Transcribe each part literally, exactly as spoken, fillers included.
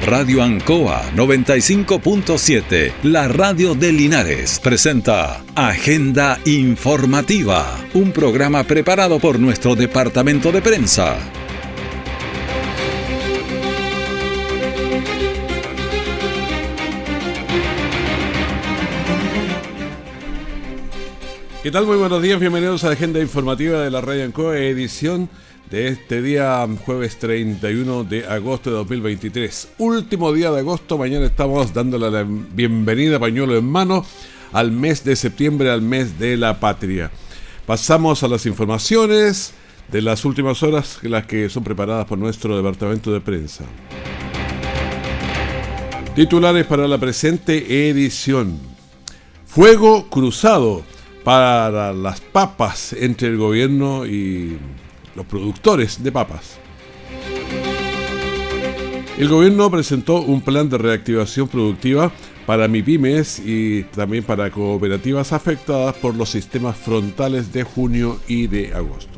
Radio Ancoa noventa y cinco punto siete, la radio de Linares, presenta Agenda Informativa, un programa preparado por nuestro departamento de prensa. ¿Qué tal? Muy buenos días, bienvenidos a la Agenda Informativa de la Radio Ancoa, edición de este día jueves treinta y uno de agosto de dos mil veintitrés. Último día de agosto, mañana estamos dándole la bienvenida, pañuelo en mano, al mes de septiembre, al mes de la patria. Pasamos a las informaciones de las últimas horas, las que son preparadas por nuestro departamento de prensa. Titulares para la presente edición. Fuego cruzado para las papas entre el gobierno y los productores de papas. El gobierno presentó un plan de reactivación productiva para MIPYMES y también para cooperativas afectadas por los sistemas frontales de junio y de agosto.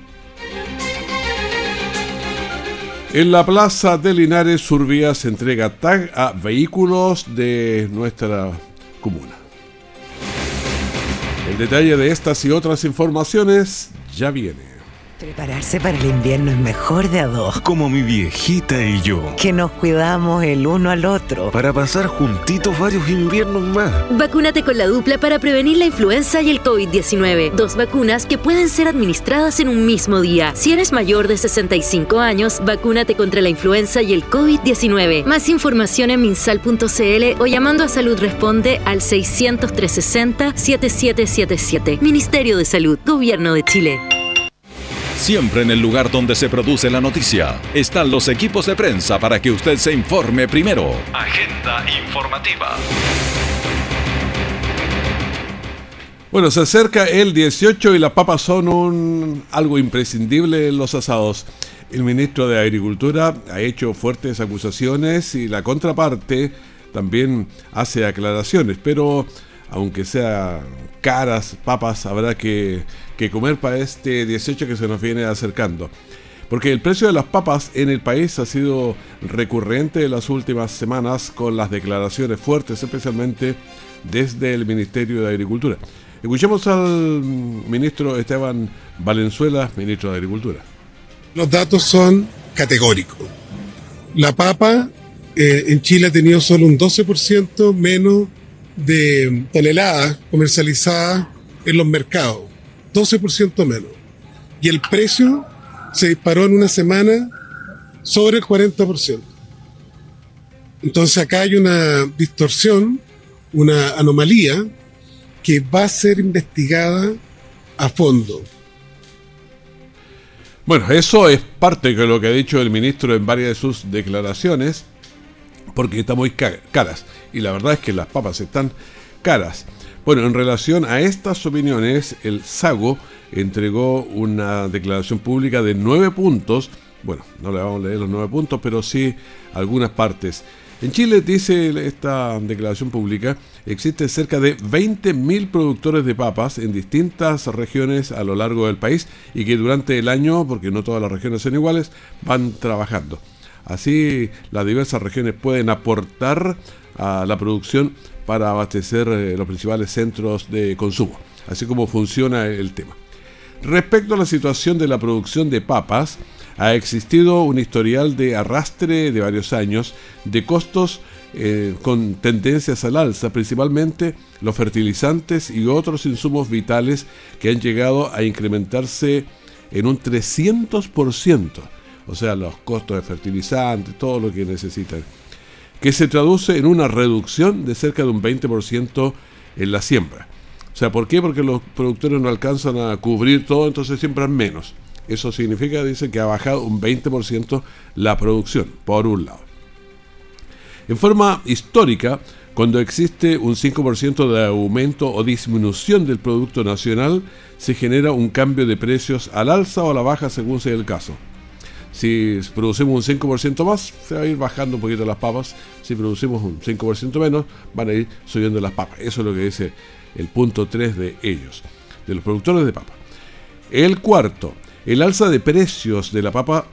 En la plaza de Linares, Survías entrega tag a vehículos de nuestra comuna. El detalle de estas y otras informaciones ya viene. Prepararse para el invierno es mejor de a dos. Como mi viejita y yo. Que nos cuidamos el uno al otro. Para pasar juntitos varios inviernos más. Vacúnate con la dupla para prevenir la influenza y el covid diecinueve. Dos vacunas que pueden ser administradas en un mismo día. Si eres mayor de sesenta y cinco años, vacúnate contra la influenza y el covid diecinueve. Más información en minsal punto c l o llamando a Salud Responde al seiscientos, trescientos sesenta, setenta y siete setenta y siete. Ministerio de Salud, Gobierno de Chile. Siempre en el lugar donde se produce la noticia están los equipos de prensa para que usted se informe primero. Agenda Informativa. Bueno, se acerca el dieciocho y las papas son un algo imprescindible en los asados. El ministro de Agricultura ha hecho fuertes acusaciones y la contraparte también hace aclaraciones, pero aunque sea caras papas, habrá que, que comer para este dieciocho que se nos viene acercando. Porque el precio de las papas en el país ha sido recurrente en las últimas semanas con las declaraciones fuertes, especialmente desde el Ministerio de Agricultura. Escuchemos al ministro Esteban Valenzuela, ministro de Agricultura. Los datos son categóricos. La papa eh, en Chile ha tenido solo un doce por ciento menos de toneladas comercializadas en los mercados, doce por ciento menos. Y el precio se disparó en una semana sobre el cuarenta por ciento. Entonces acá hay una distorsión, una anomalía que va a ser investigada a fondo. Bueno, eso es parte de lo que ha dicho el ministro en varias de sus declaraciones, porque están muy caras. Y la verdad es que las papas están caras. Bueno, en relación a estas opiniones, el SAGO entregó una declaración pública de nueve puntos. Bueno, no le vamos a leer los nueve puntos, pero sí algunas partes. En Chile, dice esta declaración pública, existen cerca de veinte mil productores de papas en distintas regiones a lo largo del país y que durante el año, porque no todas las regiones son iguales, van trabajando. Así, las diversas regiones pueden aportar a la producción para abastecer eh, los principales centros de consumo. Así como funciona el tema. Respecto a la situación de la producción de papas, ha existido un historial de arrastre de varios años de costos eh, con tendencias al alza, principalmente los fertilizantes y otros insumos vitales que han llegado a incrementarse en un trescientos por ciento. O sea, los costos de fertilizantes, todo lo que necesitan, que se traduce en una reducción de cerca de un veinte por ciento en la siembra. O sea, ¿por qué? Porque los productores no alcanzan a cubrir todo, entonces siembran menos. Eso significa, dice, que ha bajado un veinte por ciento la producción, por un lado. En forma histórica, cuando existe un cinco por ciento de aumento o disminución del producto nacional, se genera un cambio de precios al alza o a la baja según sea el caso. Si producimos un cinco por ciento más, se va a ir bajando un poquito las papas. Si producimos un cinco por ciento menos, van a ir subiendo las papas. Eso es lo que dice el punto tres de ellos, de los productores de papa. El cuarto, el alza de precios de la papa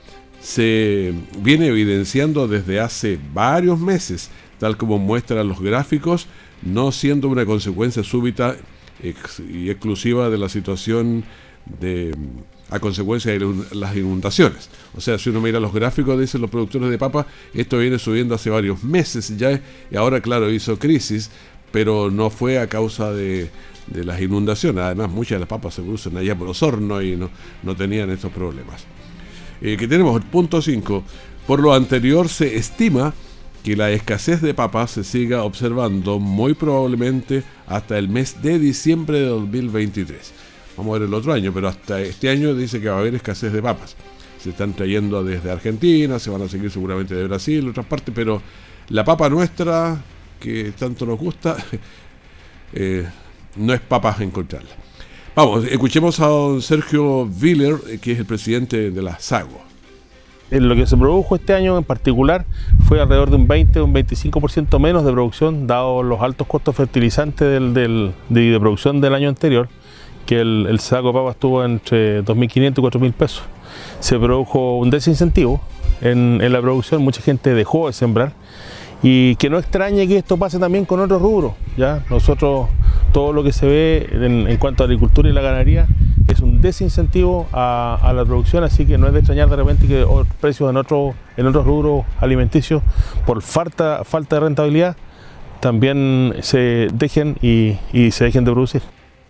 se viene evidenciando desde hace varios meses, tal como muestran los gráficos, no siendo una consecuencia súbita ex- y exclusiva de la situación de, a consecuencia de las inundaciones. O sea, si uno mira los gráficos, dicen los productores de papa, esto viene subiendo hace varios meses ya, y ahora, claro, hizo crisis, pero no fue a causa de, de las inundaciones. Además, muchas de las papas se producen allá por Osorno y no, no tenían estos problemas. Eh, que tenemos el punto cinco. Por lo anterior, se estima que la escasez de papas se siga observando muy probablemente hasta el mes de diciembre de dos mil veintitrés. Vamos a ver el otro año, pero hasta este año dice que va a haber escasez de papas. Se están trayendo desde Argentina, se van a seguir seguramente de Brasil, otras partes, pero la papa nuestra, que tanto nos gusta, eh, no es papa encontrarla. Vamos, escuchemos a don Sergio Willer, que es el presidente de la SAGO. Lo que se produjo este año en particular fue alrededor de un veinte o un veinticinco por ciento menos de producción, dado los altos costos fertilizantes del, del, de, de producción del año anterior, que el, el saco de papa estuvo entre dos mil quinientos y cuatro mil pesos. Se produjo un desincentivo en, en la producción, mucha gente dejó de sembrar, y que no extrañe que esto pase también con otros rubros. ¿Ya? Nosotros, todo lo que se ve en, en cuanto a agricultura y la ganadería es un desincentivo a, a la producción, así que no es de extrañar de repente que los precios en, otro, en otros rubros alimenticios, por falta, falta de rentabilidad, también se dejen y, y se dejen de producir.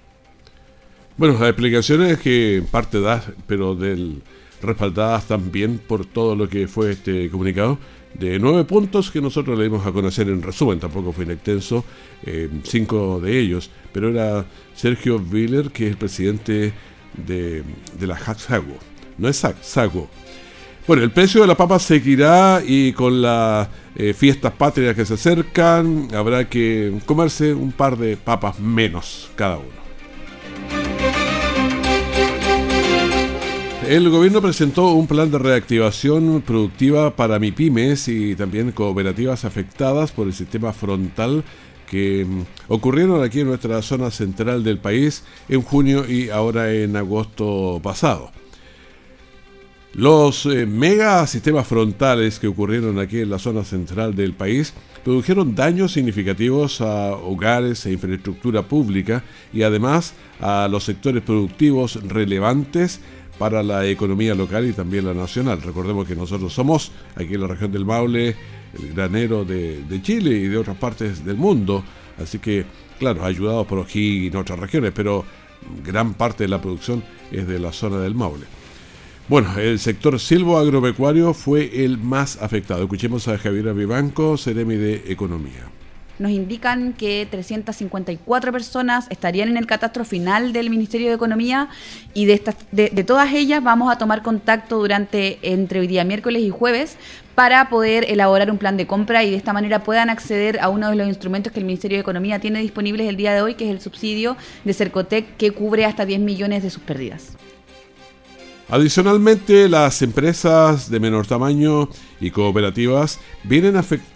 Bueno, las explicaciones que en parte da, pero del, respaldadas también por todo lo que fue este comunicado, de nueve puntos que nosotros le dimos a conocer en resumen, tampoco fue inextenso, eh, cinco de ellos, pero era Sergio Willer, que es el presidente de, de la SAGO, no es SAGO. Bueno, el precio de la papa seguirá, y con las eh, fiestas patrias que se acercan, habrá que comerse un par de papas menos cada uno. El gobierno presentó un plan de reactivación productiva para MIPYMES y también cooperativas afectadas por el sistema frontal que ocurrieron aquí en nuestra zona central del país en junio y ahora en agosto pasado. Los eh, mega sistemas frontales que ocurrieron aquí en la zona central del país produjeron daños significativos a hogares e infraestructura pública y además a los sectores productivos relevantes para la economía local y también la nacional. Recordemos que nosotros somos, aquí en la región del Maule, el granero de, de Chile y de otras partes del mundo, así que, claro, ayudados por O'Higgins y otras regiones, pero gran parte de la producción es de la zona del Maule. Bueno, el sector silvoagropecuario fue el más afectado. Escuchemos a Javiera Vivanco, Seremi de Economía. Nos indican que trescientas cincuenta y cuatro personas estarían en el catastro final del Ministerio de Economía, y de, estas, de, de todas ellas vamos a tomar contacto durante entre hoy día miércoles y jueves para poder elaborar un plan de compra y de esta manera puedan acceder a uno de los instrumentos que el Ministerio de Economía tiene disponibles el día de hoy, que es el subsidio de Cercotec, que cubre hasta diez millones de sus pérdidas. Adicionalmente, las empresas de menor tamaño y cooperativas vienen afectadas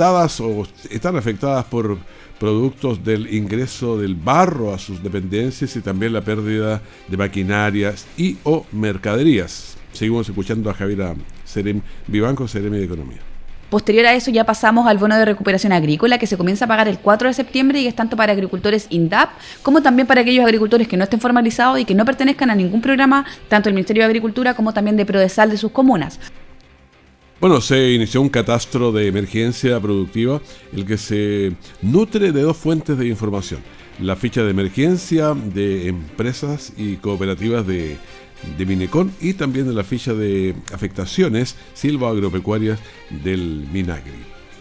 o están afectadas por productos del ingreso del barro a sus dependencias y también la pérdida de maquinarias y o mercaderías. Seguimos escuchando a Javiera Serem Vivanco, Seremi de Economía. Posterior a eso ya pasamos al bono de recuperación agrícola, que se comienza a pagar el cuatro de septiembre y es tanto para agricultores INDAP como también para aquellos agricultores que no estén formalizados y que no pertenezcan a ningún programa, tanto del Ministerio de Agricultura como también de Prodesal de sus comunas. Bueno, se inició un catastro de emergencia productiva, el que se nutre de dos fuentes de información: la ficha de emergencia de empresas y cooperativas de, de Minecon y también de la ficha de afectaciones silvoagropecuarias del Minagri.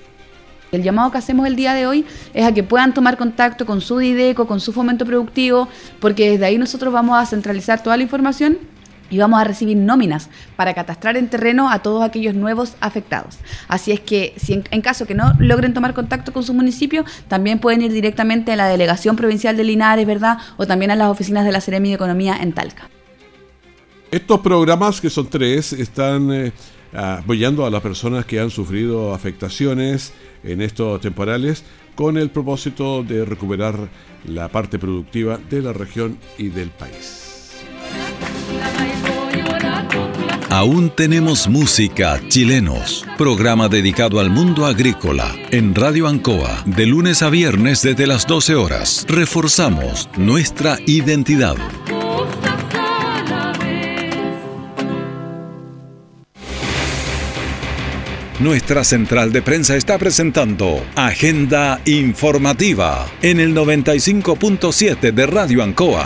El llamado que hacemos el día de hoy es a que puedan tomar contacto con su Dideco, con su fomento productivo, porque desde ahí nosotros vamos a centralizar toda la información y vamos a recibir nóminas para catastrar en terreno a todos aquellos nuevos afectados. Así es que si en, en caso que no logren tomar contacto con su municipio, también pueden ir directamente a la Delegación Provincial de Linares, ¿verdad? O también a las oficinas de la Seremi de Economía en Talca. Estos programas, que son tres, están eh, apoyando a las personas que han sufrido afectaciones en estos temporales con el propósito de recuperar la parte productiva de la región y del país. Aún tenemos música, chilenos. Programa dedicado al mundo agrícola. En Radio Ancoa, de lunes a viernes desde las doce horas. Reforzamos nuestra identidad. Nuestra central de prensa está presentando Agenda Informativa en el noventa y cinco punto siete de Radio Ancoa.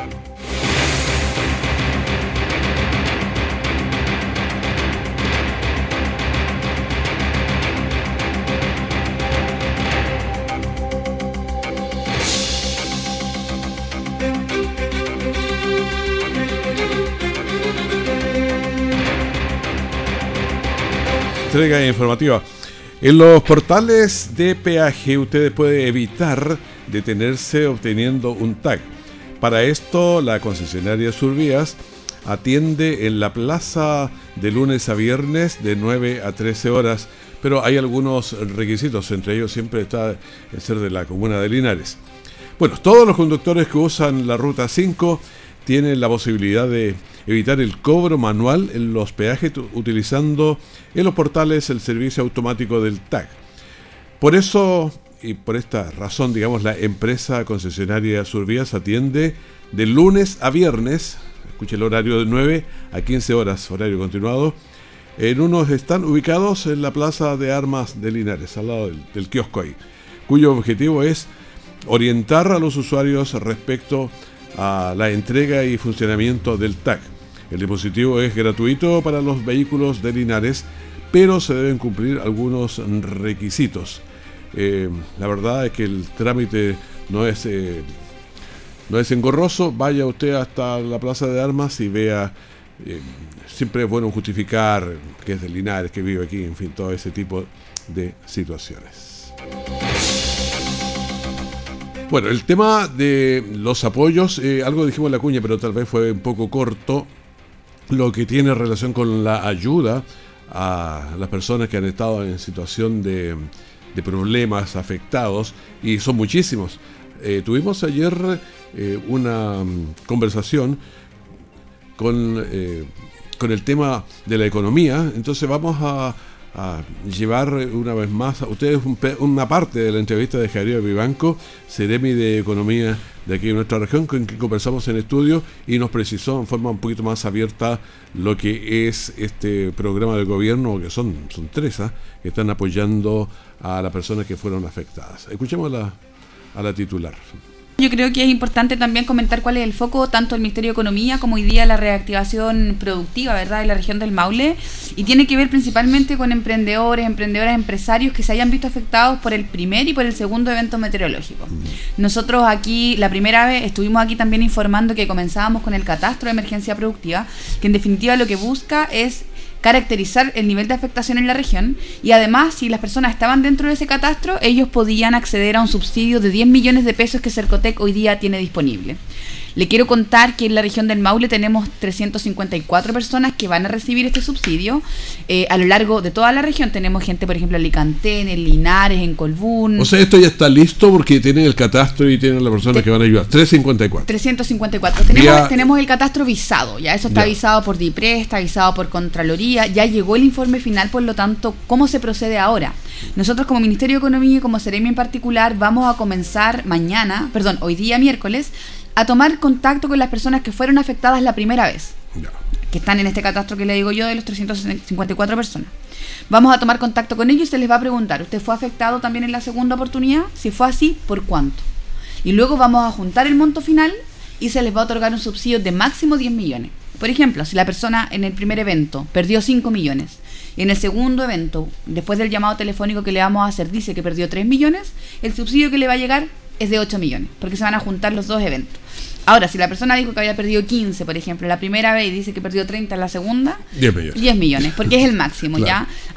Entrega informativa. En los portales de peaje usted puede evitar detenerse obteniendo un tag. Para esto, la concesionaria Survías atiende en la plaza de lunes a viernes de nueve a trece horas, pero hay algunos requisitos, entre ellos siempre está el ser de la comuna de Linares. Bueno, todos los conductores que usan la ruta cinco tienen la posibilidad de evitar el cobro manual en los peajes utilizando en los portales el servicio automático del tag. Por eso y por esta razón, digamos, la empresa concesionaria Survías atiende de lunes a viernes, escuche el horario de nueve a quince horas, horario continuado, en unos están ubicados en la Plaza de Armas de Linares, al lado del, del kiosco ahí, cuyo objetivo es orientar a los usuarios respecto a la entrega y funcionamiento del tag. El dispositivo es gratuito para los vehículos de Linares, pero se deben cumplir algunos requisitos. Eh, la verdad es que el trámite no es, eh, no es engorroso. Vaya usted hasta la Plaza de Armas y vea. Eh, siempre es bueno justificar que es de Linares, que vive aquí, en fin, todo ese tipo de situaciones. Bueno, el tema de los apoyos, eh, algo dijimos en la cuña, pero tal vez fue un poco corto. Lo que tiene relación con la ayuda a las personas que han estado en situación de, de problemas afectados, y son muchísimos. Eh, tuvimos ayer eh, una um, conversación con, eh, con el tema de la economía, entonces vamos a, a llevar una vez más a ustedes un, una parte de la entrevista de Javier Vivanco, Seremi de Economía de aquí en nuestra región, con quien conversamos en estudio y nos precisó en forma un poquito más abierta lo que es este programa de gobierno, que son, son tres, ¿eh? que están apoyando a las personas que fueron afectadas. Escuchemos a la, a la titular. Yo creo que es importante también comentar cuál es el foco tanto del Ministerio de Economía como hoy día la reactivación productiva, ¿verdad?, de la región del Maule, y tiene que ver principalmente con emprendedores, emprendedoras, empresarios que se hayan visto afectados por el primer y por el segundo evento meteorológico. Nosotros aquí, la primera vez, estuvimos aquí también informando que comenzábamos con el catastro de emergencia productiva, que en definitiva lo que busca es caracterizar el nivel de afectación en la región, y además, si las personas estaban dentro de ese catastro, ellos podían acceder a un subsidio de diez millones de pesos que Cercotec hoy día tiene disponible. Le quiero contar que en la región del Maule tenemos trescientas cincuenta y cuatro personas que van a recibir este subsidio. Eh, a lo largo de toda la región tenemos gente, por ejemplo, en Alicantén, en Linares, en Colbún. O sea, esto ya está listo porque tienen el catastro y tienen las personas Te- que van a ayudar. trescientos cincuenta y cuatro. trescientos cincuenta y cuatro. Tenemos, Vía... tenemos el catastro visado, ya eso está ya. visado por DIPRE, está visado por Contraloría, ya llegó el informe final, por lo tanto, ¿cómo se procede ahora? Nosotros como Ministerio de Economía y como Seremi en particular vamos a comenzar mañana, perdón, hoy día miércoles, a tomar contacto con las personas que fueron afectadas la primera vez, ya. que están en este catastro que le digo yo de los trescientas cincuenta y cuatro personas. Vamos a tomar contacto con ellos y se les va a preguntar, ¿usted fue afectado también en la segunda oportunidad? Si fue así, ¿por cuánto? Y luego vamos a juntar el monto final y se les va a otorgar un subsidio de máximo diez millones. Por ejemplo, si la persona en el primer evento perdió cinco millones y en el segundo evento, después del llamado telefónico que le vamos a hacer, dice que perdió tres millones, el subsidio que le va a llegar es de ocho millones, porque se van a juntar los dos eventos. Ahora, si la persona dijo que había perdido quince, por ejemplo, la primera vez, y dice que perdió treinta en la segunda, diez millones. diez millones, porque es el máximo, claro. ¿ya?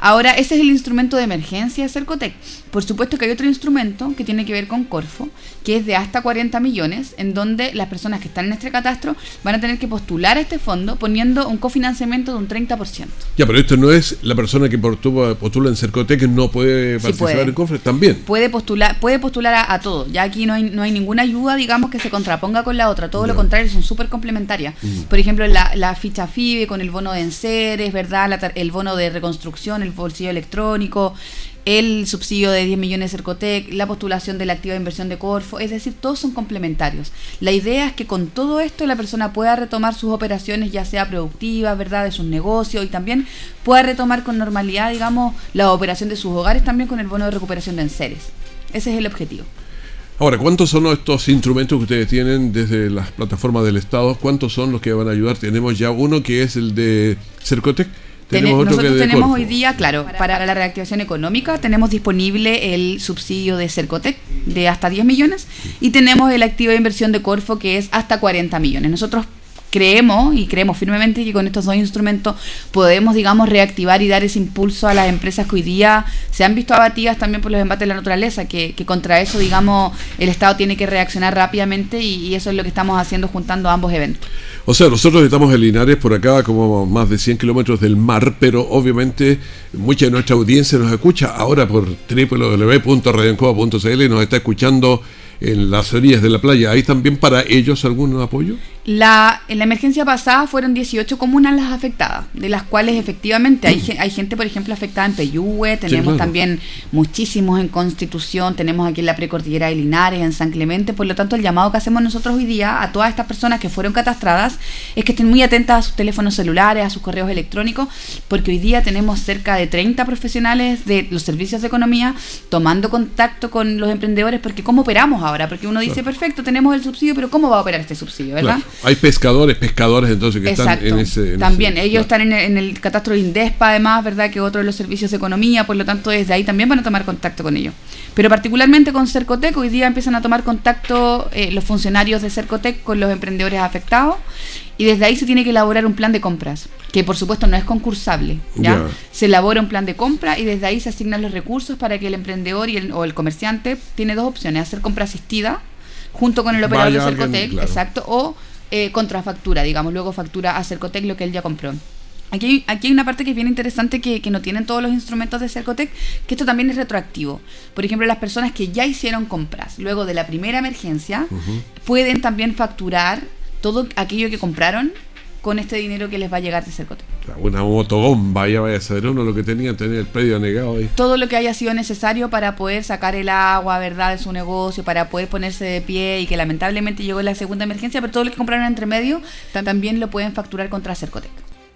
Ahora, ese es el instrumento de emergencia de Cercotec. Por supuesto que hay otro instrumento que tiene que ver con Corfo, que es de hasta cuarenta millones, en donde las personas que están en este catastro van a tener que postular a este fondo poniendo un cofinanciamiento de un treinta por ciento. Ya, pero esto no es la persona que postula, postula en Cercotec no puede Sí participar puede. en Corfo, también. Puede postular, puede postular a, a todo. Ya aquí no hay, no hay ninguna ayuda, digamos, que se contraponga con la otra. Todo Ya. lo contrario, son súper complementarias. Mm. Por ejemplo, la, la ficha F I B E con el bono de enseres, ¿verdad? La tar- el bono de reconstrucción, el bolsillo electrónico, el subsidio de diez millones de Cercotec, la postulación de la activa de inversión de Corfo, es decir, todos son complementarios. La idea es que con todo esto la persona pueda retomar sus operaciones, ya sea productivas, ¿verdad?, de sus negocios, y también pueda retomar con normalidad, digamos, la operación de sus hogares también con el bono de recuperación de enseres. Ese es el objetivo. Ahora, ¿cuántos son estos instrumentos que ustedes tienen desde las plataformas del Estado? ¿Cuántos son los que van a ayudar? Tenemos ya uno que es el de Cercotec. Ten- Tenemos otro nosotros que es de tenemos Corfo. hoy día, claro, para la reactivación económica tenemos disponible el subsidio de Cercotec de hasta diez millones y tenemos el activo de inversión de Corfo que es hasta cuarenta millones. Nosotros creemos y creemos firmemente que con estos dos instrumentos podemos, digamos, reactivar y dar ese impulso a las empresas que hoy día se han visto abatidas también por los embates de la naturaleza, que, que contra eso, digamos, el Estado tiene que reaccionar rápidamente y, y eso es lo que estamos haciendo juntando ambos eventos. O sea, nosotros estamos en Linares, por acá, como más de cien kilómetros del mar, pero obviamente mucha de nuestra audiencia nos escucha ahora por doble u doble u doble u punto radio ancoa punto c l y nos está escuchando en las orillas de la playa. ¿Hay también para ellos algún apoyo? La, en la emergencia pasada fueron dieciocho comunas las afectadas, de las cuales efectivamente hay, ge- hay gente, por ejemplo, afectada en Peyúgue, tenemos claro. también muchísimos en Constitución, tenemos aquí en la precordillera de Linares, en San Clemente. Por lo tanto, el llamado que hacemos nosotros hoy día a todas estas personas que fueron catastradas es que estén muy atentas a sus teléfonos celulares, a sus correos electrónicos, porque hoy día tenemos cerca de treinta profesionales de los servicios de economía tomando contacto con los emprendedores, porque ¿cómo operamos ahora? Porque uno dice, Claro. perfecto, tenemos el subsidio, pero ¿cómo va a operar este subsidio, verdad? Claro. Hay pescadores, pescadores entonces que Exacto. están en ese... en también, ese- ellos claro. están en el, en el catastro de INDESPA, además, ¿verdad? Que otro de los servicios de economía, por lo tanto, desde ahí también van a tomar contacto con ellos. Pero particularmente con Cercotec, hoy día empiezan a tomar contacto eh, los funcionarios de Cercotec con los emprendedores afectados, y desde ahí se tiene que elaborar un plan de compras, que por supuesto no es concursable, ¿ya? Ya. Se elabora un plan de compra y desde ahí se asignan los recursos para que el emprendedor y el, o el comerciante tiene dos opciones: hacer compra asistida junto con el operador Vaya de alguien, Cercotec, claro. exacto, o eh, contrafactura, digamos, luego factura a Cercotec lo que él ya compró. Aquí hay, aquí hay una parte que es bien interesante que, que no tienen todos los instrumentos de Cercotec, que esto también es retroactivo. Por ejemplo, las personas que ya hicieron compras luego de la primera emergencia Ujú. pueden también facturar todo aquello que compraron con este dinero que les va a llegar de Cercotec. Una motobomba, ya vaya a saber uno lo que tenía, tener el predio negado ahí. Todo lo que haya sido necesario para poder sacar el agua, ¿verdad?, de su negocio, para poder ponerse de pie, y que lamentablemente llegó la segunda emergencia, pero todo lo que compraron entre medio ta- también lo pueden facturar contra Cercotec.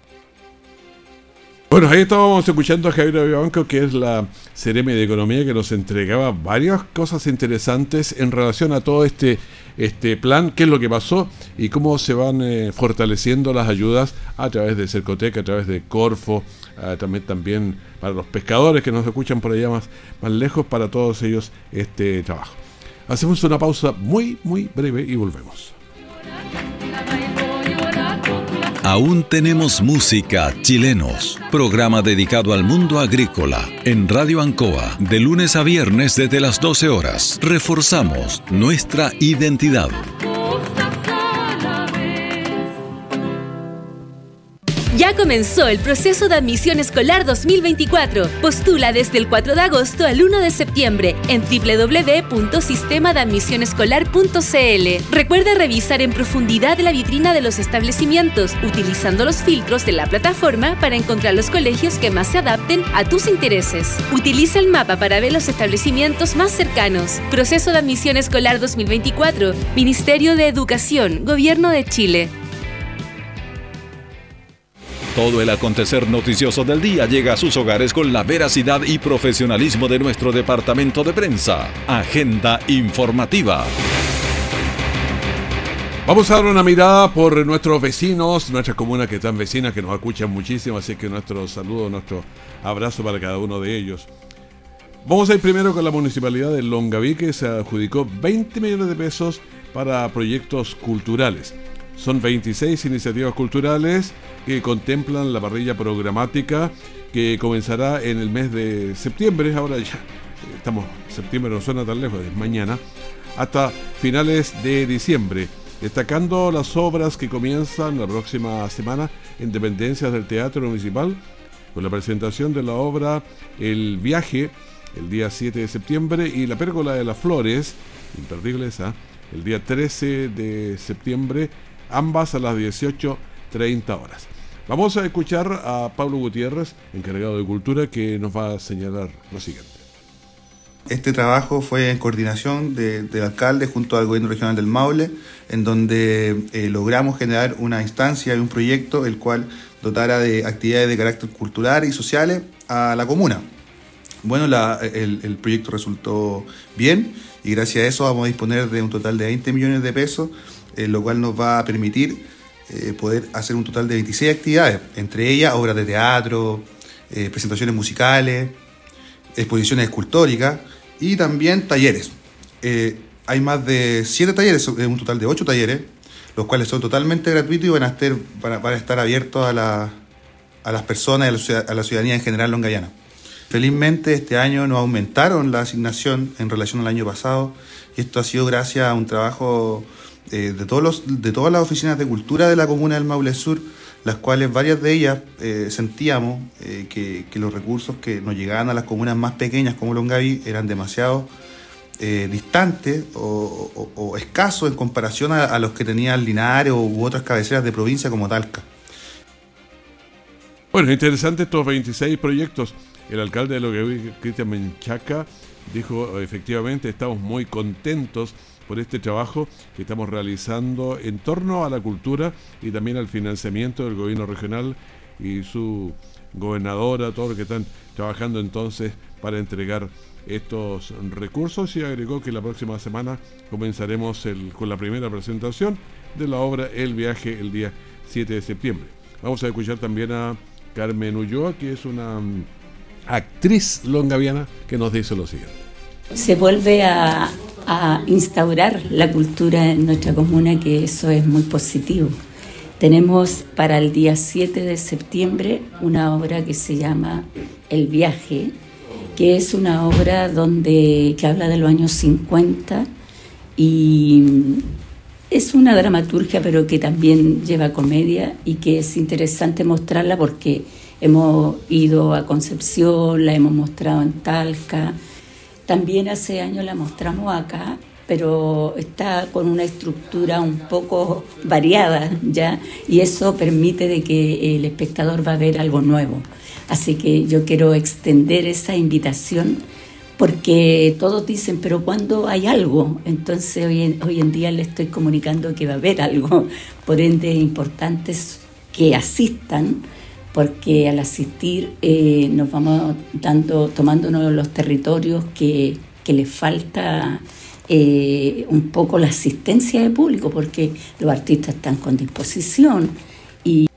Bueno, ahí estábamos escuchando a Javier Vivanco, que es la Seremi de Economía, que nos entregaba varias cosas interesantes en relación a todo este, este plan, qué es lo que pasó y cómo se van eh, fortaleciendo las ayudas a través de Cercotec, a través de Corfo, eh, también, también para los pescadores que nos escuchan por allá más, más lejos, para todos ellos este trabajo. Hacemos una pausa muy, muy breve y volvemos. Aún tenemos música, chilenos. Programa dedicado al mundo agrícola en Radio Ancoa, de lunes a viernes desde las doce horas. Reforzamos nuestra identidad. Ya comenzó el proceso de admisión escolar dos mil veinticuatro. Postula desde el cuatro de agosto al uno de septiembre en doble u doble u doble u punto sistema de admisión escolar punto c l. Recuerda revisar en profundidad la vitrina de los establecimientos, utilizando los filtros de la plataforma para encontrar los colegios que más se adapten a tus intereses. Utiliza el mapa para ver los establecimientos más cercanos. Proceso de admisión escolar dos mil veinticuatro. Ministerio de Educación, Gobierno de Chile. Todo el acontecer noticioso del día llega a sus hogares con la veracidad y profesionalismo de nuestro departamento de prensa. Agenda informativa. Vamos a dar una mirada por nuestros vecinos, nuestras comunas que están vecinas, que nos escuchan muchísimo, así que nuestro saludo, nuestro abrazo para cada uno de ellos. Vamos a ir primero con la municipalidad de Longaví, que se adjudicó veinte millones de pesos para proyectos culturales. Son veintiséis iniciativas culturales que contemplan la parrilla programática que comenzará en el mes de septiembre, ahora ya estamos, septiembre no suena tan lejos, es mañana, hasta finales de diciembre, destacando las obras que comienzan la próxima semana en dependencias del Teatro Municipal, con la presentación de la obra El Viaje, el día siete de septiembre, y La Pérgola de las Flores, imperdible esa, el día trece de septiembre, ambas a las dieciocho treinta horas. Vamos a escuchar a Pablo Gutiérrez, encargado de Cultura, que nos va a señalar lo siguiente. Este trabajo fue en coordinación de, del alcalde junto al Gobierno Regional del Maule, en donde eh, logramos generar una instancia y un proyecto el cual dotara de actividades de carácter cultural y sociales a la comuna. Bueno, la, el, el proyecto resultó bien y gracias a eso vamos a disponer de un total de veinte millones de pesos, eh, lo cual nos va a permitir eh, poder hacer un total de veintiséis actividades, entre ellas obras de teatro, eh, presentaciones musicales, exposiciones escultóricas y también talleres. Eh, hay más de siete talleres, un total de ocho talleres, los cuales son totalmente gratuitos y van a estar, van a, van a estar abiertos a, la, a las personas y a la, a la ciudadanía en general longaviana. Felizmente este año nos aumentaron la asignación en relación al año pasado y esto ha sido gracias a un trabajo eh, de, todos los, de todas las oficinas de cultura de la comuna del Maule Sur, las cuales varias de ellas eh, sentíamos eh, que, que los recursos que nos llegaban a las comunas más pequeñas como Longaví eran demasiado eh, distantes o, o, o escasos en comparación a, a los que tenían Linares u otras cabeceras de provincia como Talca. Bueno, interesante estos veintiséis proyectos. El alcalde de Longaví, Cristian Menchaca, dijo efectivamente estamos muy contentos por este trabajo que estamos realizando en torno a la cultura y también al financiamiento del gobierno regional y su gobernadora, todos los que están trabajando entonces para entregar estos recursos, y agregó que la próxima semana comenzaremos el, con la primera presentación de la obra El Viaje el día siete de septiembre. Vamos a escuchar también a Carmen Ulloa, que es una actriz longaviana, que nos dice lo siguiente. Se vuelve a, a instaurar la cultura en nuestra comuna, que eso es muy positivo. Tenemos para el día siete de septiembre una obra que se llama El Viaje, que es una obra donde, que habla de los años cincuenta y es una dramaturgia, pero que también lleva comedia y que es interesante mostrarla porque hemos ido a Concepción, la hemos mostrado en Talca. También hace años la mostramos acá, pero está con una estructura un poco variada ya, y eso permite de que el espectador va a ver algo nuevo. Así que yo quiero extender esa invitación porque todos dicen, pero ¿cuándo hay algo? Entonces hoy en, hoy en día le estoy comunicando que va a haber algo. Por ende es importante que asistan, porque al asistir eh, nos vamos dando, tomándonos los territorios que, que les falta eh, un poco la asistencia de público, porque los artistas están con disposición. Y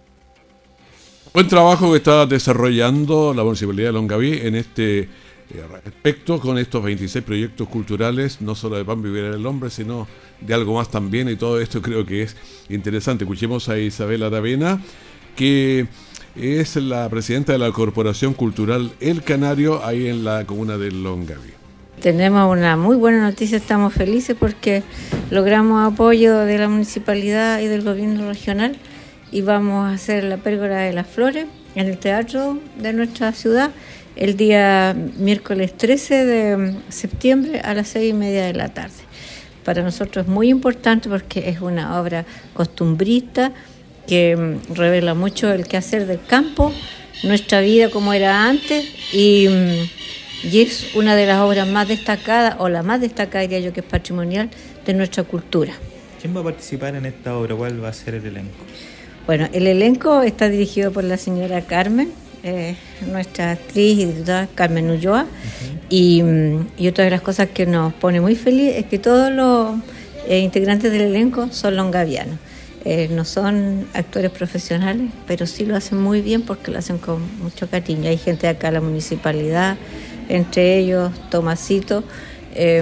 buen trabajo que está desarrollando la Municipalidad de Longaví en este eh, respecto, con estos veintiséis proyectos culturales, no solo de Pan Vivir en el Hombre, sino de algo más también, y todo esto creo que es interesante. Escuchemos a Isabel Aravena, que es la presidenta de la Corporación Cultural El Canario, ahí en la comuna de Longaví. Tenemos una muy buena noticia, estamos felices porque logramos apoyo de la municipalidad y del gobierno regional y vamos a hacer la Pérgola de las Flores en el teatro de nuestra ciudad el día miércoles trece de septiembre a las seis y media de la tarde. Para nosotros es muy importante porque es una obra costumbrista que revela mucho el quehacer del campo, nuestra vida como era antes, y, y es una de las obras más destacadas, o la más destacada, diría yo, que es patrimonial de nuestra cultura. ¿Quién va a participar en esta obra? ¿Cuál va a ser el elenco? Bueno, el elenco está dirigido por la señora Carmen, eh, nuestra actriz y diputada Carmen Ulloa, uh-huh. y, y otra de las cosas que nos pone muy feliz es que todos los eh, integrantes del elenco son longavianos. Eh, no son actores profesionales, pero sí lo hacen muy bien porque lo hacen con mucho cariño. Hay gente de acá, la municipalidad, entre ellos Tomasito, eh,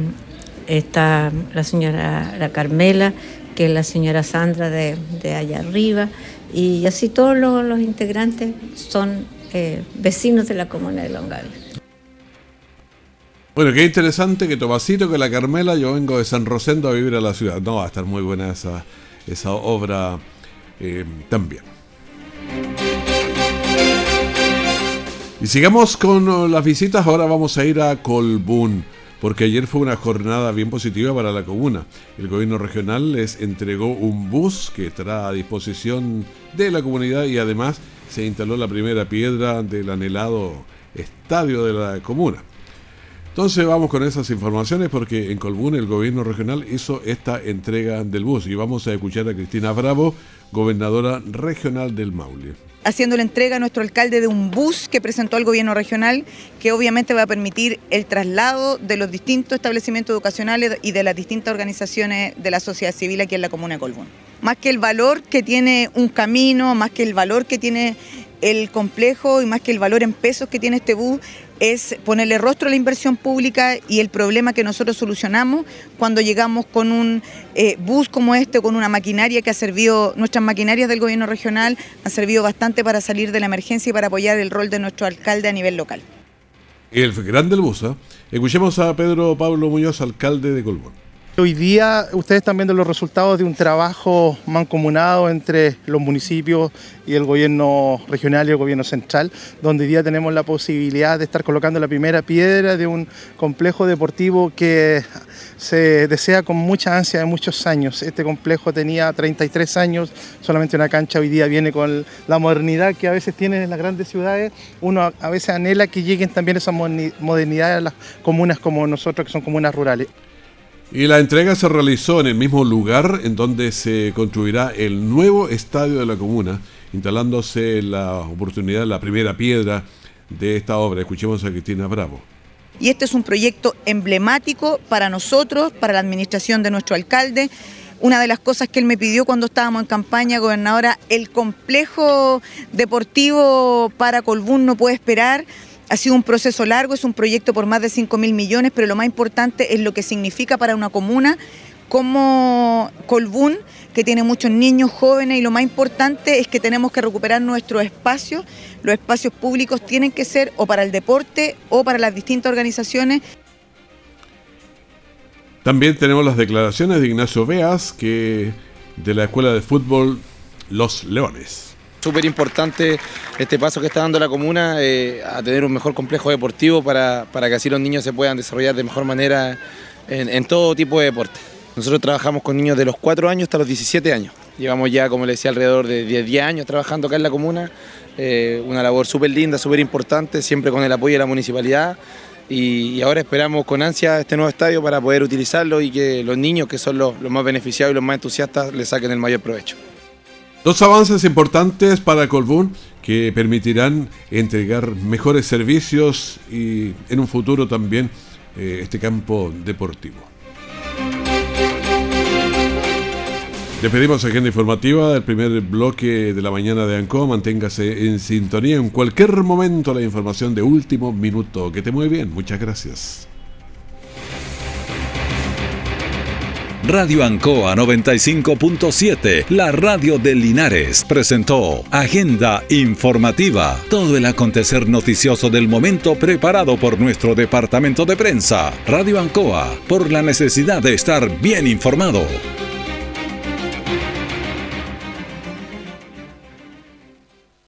está la señora la Carmela, que es la señora Sandra de, de allá arriba, y así todos los, los integrantes son eh, vecinos de la comuna de Longaví. Bueno, qué interesante que Tomasito, que la Carmela, yo vengo de San Rosendo a vivir a la ciudad. No, va a estar muy buena esa, esa obra eh, también. Y sigamos con las visitas, ahora vamos a ir a Colbún, porque ayer fue una jornada bien positiva para la comuna. El gobierno regional les entregó un bus que estará a disposición de la comunidad y además se instaló la primera piedra del anhelado estadio de la comuna. Entonces vamos con esas informaciones porque en Colbún el gobierno regional hizo esta entrega del bus y vamos a escuchar a Cristina Bravo, gobernadora regional del Maule. Haciendo la entrega a nuestro alcalde de un bus que presentó el gobierno regional, que obviamente va a permitir el traslado de los distintos establecimientos educacionales y de las distintas organizaciones de la sociedad civil aquí en la comuna de Colbún. Más que el valor que tiene un camino, más que el valor que tiene el complejo y más que el valor en pesos que tiene este bus, es ponerle rostro a la inversión pública y el problema que nosotros solucionamos cuando llegamos con un eh, bus como este, con una maquinaria que ha servido, nuestras maquinarias del gobierno regional han servido bastante para salir de la emergencia y para apoyar el rol de nuestro alcalde a nivel local. El grande el bus, ¿eh? Escuchemos a Pedro Pablo Muñoz, alcalde de Colbún. Hoy día ustedes están viendo los resultados de un trabajo mancomunado entre los municipios y el gobierno regional y el gobierno central, donde hoy día tenemos la posibilidad de estar colocando la primera piedra de un complejo deportivo que se desea con mucha ansia de muchos años. Este complejo tenía treinta y tres años, solamente una cancha, hoy día viene con la modernidad que a veces tienen en las grandes ciudades. Uno a veces anhela que lleguen también esas modernidades a las comunas como nosotros, que son comunas rurales. Y la entrega se realizó en el mismo lugar en donde se construirá el nuevo estadio de la comuna, instalándose la oportunidad, la primera piedra de esta obra. Escuchemos a Cristina Bravo. Y este es un proyecto emblemático para nosotros, para la administración de nuestro alcalde. Una de las cosas que él me pidió cuando estábamos en campaña, gobernadora, el complejo deportivo para Colbún no puede esperar. Ha sido un proceso largo, es un proyecto por más de cinco mil millones, pero lo más importante es lo que significa para una comuna como Colbún, que tiene muchos niños, jóvenes, y lo más importante es que tenemos que recuperar nuestros espacios. Los espacios públicos tienen que ser o para el deporte o para las distintas organizaciones. También tenemos las declaraciones de Ignacio Beas, que de la Escuela de Fútbol Los Leones. Súper importante este paso que está dando la comuna eh, a tener un mejor complejo deportivo para, para que así los niños se puedan desarrollar de mejor manera en, en todo tipo de deporte. Nosotros trabajamos con niños de los cuatro años hasta los diecisiete años. Llevamos ya, como les decía, alrededor de diez años trabajando acá en la comuna. Eh, una labor súper linda, súper importante, siempre con el apoyo de la municipalidad. Y, y ahora esperamos con ansia este nuevo estadio para poder utilizarlo y que los niños, que son los, los más beneficiados y los más entusiastas, le saquen el mayor provecho. Dos avances importantes para Colbún que permitirán entregar mejores servicios y en un futuro también eh, este campo deportivo. Despedimos Agenda Informativa del primer bloque de la mañana de ANCO. Manténgase en sintonía en cualquier momento la información de último minuto. Que te muy bien, muchas gracias. Radio Ancoa noventa y cinco punto siete, la radio de Linares, presentó Agenda Informativa, todo el acontecer noticioso del momento preparado por nuestro departamento de prensa. Radio Ancoa, por la necesidad de estar bien informado.